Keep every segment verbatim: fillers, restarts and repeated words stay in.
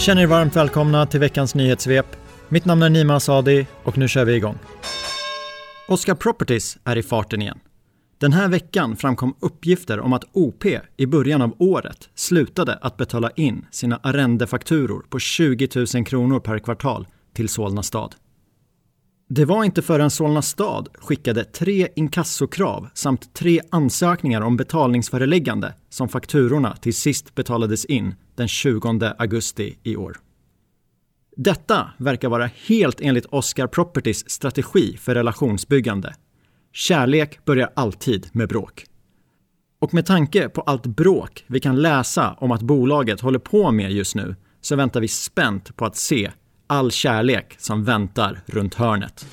Känner er varmt välkomna till veckans nyhetssvep. Mitt namn är Nima Asadi och nu kör vi igång. Oscar Properties är i farten igen. Den här veckan framkom uppgifter om att O P i början av året slutade att betala in sina arrendefakturor på tjugo tusen kronor per kvartal till Solna stad. Det var inte förrän Solna stad skickade tre inkassokrav samt tre ansökningar om betalningsföreläggande som fakturorna till sist betalades in den tjugonde augusti i år. Detta verkar vara helt enligt Oscar Properties strategi för relationsbyggande. Kärlek börjar alltid med bråk. Och med tanke på allt bråk vi kan läsa om att bolaget håller på med just nu så väntar vi spänt på att se all kärlek som väntar runt hörnet.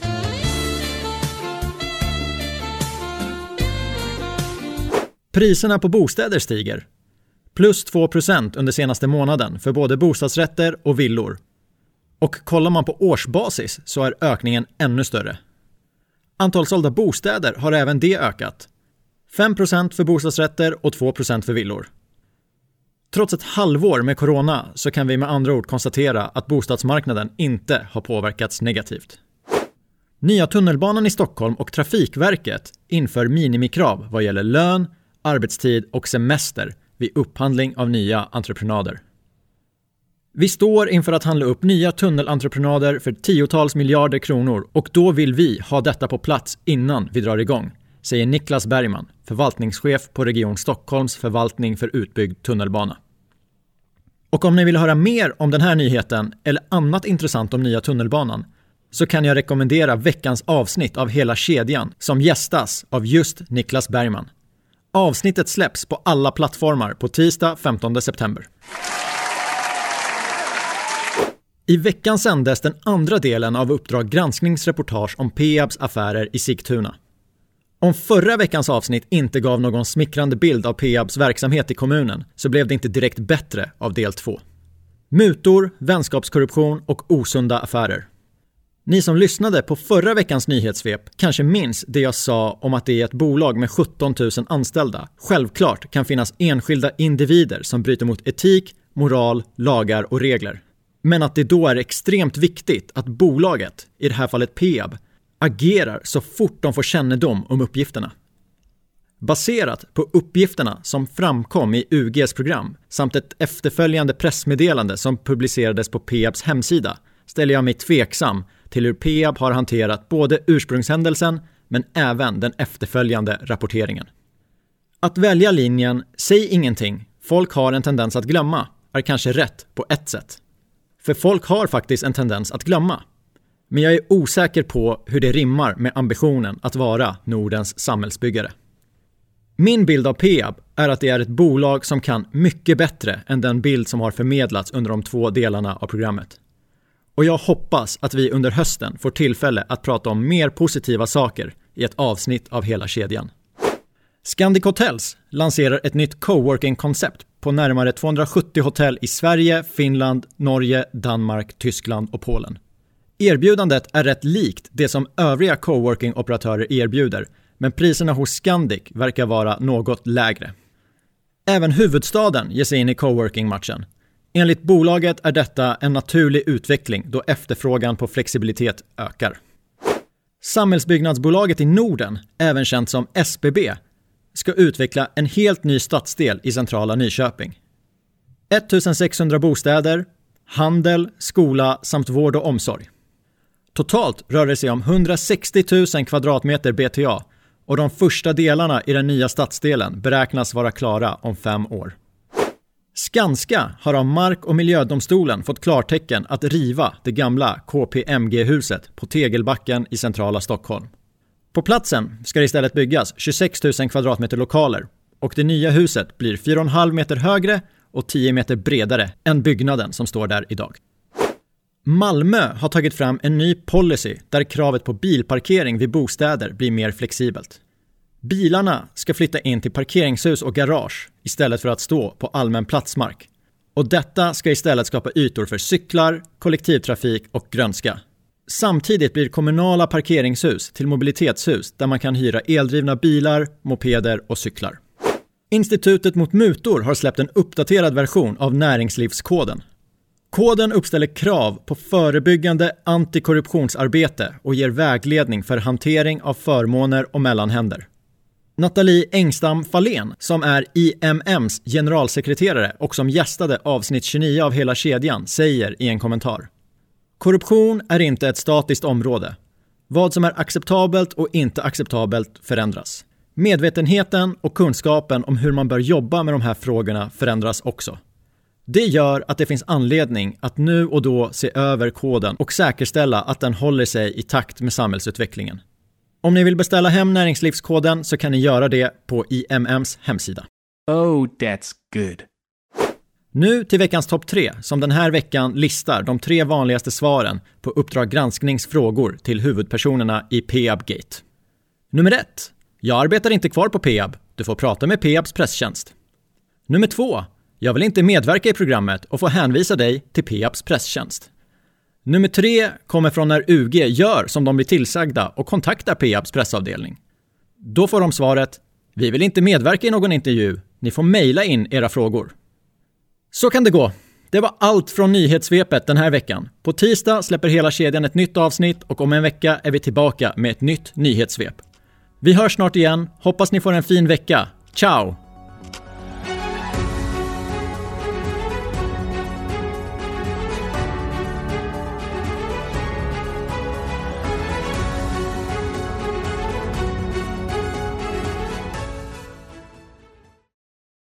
Priserna på bostäder stiger. Plus två procent under senaste månaden för både bostadsrätter och villor. Och kollar man på årsbasis så är ökningen ännu större. Antal sålda bostäder har även det ökat. fem procent för bostadsrätter och två procent för villor. Trots ett halvår med corona så kan vi med andra ord konstatera att bostadsmarknaden inte har påverkats negativt. Nya tunnelbanan i Stockholm och Trafikverket inför minimikrav vad gäller lön, arbetstid och semester vid upphandling av nya entreprenader. Vi står inför att handla upp nya tunnelentreprenader för tiotals miljarder kronor och då vill vi ha detta på plats innan vi drar igång, säger Niklas Bergman, förvaltningschef på Region Stockholms förvaltning för utbyggd tunnelbana. Och om ni vill höra mer om den här nyheten eller annat intressant om nya tunnelbanan så kan jag rekommendera veckans avsnitt av Hela kedjan som gästas av just Niklas Bergman. Avsnittet släpps på alla plattformar på tisdag femtonde september. I veckan sändes den andra delen av Uppdrag granskningsreportage om Peabs affärer i Sigtuna. Om förra veckans avsnitt inte gav någon smickrande bild av Peabs verksamhet i kommunen så blev det inte direkt bättre av del två. Mutor, vänskapskorruption och osunda affärer. Ni som lyssnade på förra veckans nyhetssvep kanske minns det jag sa om att det är ett bolag med sjutton tusen anställda. Självklart kan finnas enskilda individer som bryter mot etik, moral, lagar och regler. Men att det då är extremt viktigt att bolaget, i det här fallet Peab, agerar så fort de får kännedom om uppgifterna. Baserat på uppgifterna som framkom i U G:s program samt ett efterföljande pressmeddelande som publicerades på Peabs hemsida ställer jag mig tveksam till hur Peab har hanterat både ursprungshändelsen men även den efterföljande rapporteringen. Att välja linjen "säg ingenting, folk har en tendens att glömma" är kanske rätt på ett sätt. För folk har faktiskt en tendens att glömma. Men jag är osäker på hur det rimmar med ambitionen att vara Nordens samhällsbyggare. Min bild av Peab är att det är ett bolag som kan mycket bättre än den bild som har förmedlats under de två delarna av programmet. Och jag hoppas att vi under hösten får tillfälle att prata om mer positiva saker i ett avsnitt av Hela kedjan. Scandic Hotels lanserar ett nytt coworking-koncept på närmare tvåhundrasjuttio hotell i Sverige, Finland, Norge, Danmark, Tyskland och Polen. Erbjudandet är rätt likt det som övriga coworking-operatörer erbjuder, men priserna hos Scandic verkar vara något lägre. Även huvudstaden ger sig in i coworking-matchen. Enligt bolaget är detta en naturlig utveckling då efterfrågan på flexibilitet ökar. Samhällsbyggnadsbolaget i Norden, även känt som S B B, ska utveckla en helt ny stadsdel i centrala Nyköping. sextonhundra bostäder, handel, skola samt vård och omsorg. Totalt rör det sig om hundrasextio tusen kvadratmeter B T A och de första delarna i den nya stadsdelen beräknas vara klara om fem år. Skanska har av Mark- och miljödomstolen fått klartecken att riva det gamla K P M G-huset på Tegelbacken i centrala Stockholm. På platsen ska det istället byggas tjugosex tusen kvadratmeter lokaler och det nya huset blir fyra komma fem meter högre och tio meter bredare än byggnaden som står där idag. Malmö har tagit fram en ny policy där kravet på bilparkering vid bostäder blir mer flexibelt. Bilarna ska flytta in till parkeringshus och garage istället för att stå på allmän platsmark. Och detta ska istället skapa ytor för cyklar, kollektivtrafik och grönska. Samtidigt blir kommunala parkeringshus till mobilitetshus där man kan hyra eldrivna bilar, mopeder och cyklar. Institutet mot mutor har släppt en uppdaterad version av näringslivskoden. Koden uppställer krav på förebyggande antikorruptionsarbete och ger vägledning för hantering av förmåner och mellanhänder. Nathalie Engstam Fahlén, som är I M M:s generalsekreterare och som gästade avsnitt tjugonio av Hela kedjan, säger i en kommentar: korruption är inte ett statiskt område. Vad som är acceptabelt och inte acceptabelt förändras. Medvetenheten och kunskapen om hur man bör jobba med de här frågorna förändras också. Det gör att det finns anledning att nu och då se över koden och säkerställa att den håller sig i takt med samhällsutvecklingen. Om ni vill beställa hem näringslivskoden så kan ni göra det på I M M:s hemsida. Oh, that's good. Nu till veckans topp tre, som den här veckan listar de tre vanligaste svaren på Uppdrag gransknings frågor till huvudpersonerna i Peab-gate. Nummer ett. Jag arbetar inte kvar på Peab. Du får prata med Peabs presstjänst. Nummer två. Jag vill inte medverka i programmet och får hänvisa dig till Peabs presstjänst. Nummer tre kommer från när U G gör som de blir tillsagda och kontaktar Peabs pressavdelning. Då får de svaret: vi vill inte medverka i någon intervju. Ni får mejla in era frågor. Så kan det gå. Det var allt från nyhetssvepet den här veckan. På tisdag släpper Hela kedjan ett nytt avsnitt och om en vecka är vi tillbaka med ett nytt nyhetssvep. Vi hörs snart igen. Hoppas ni får en fin vecka. Ciao!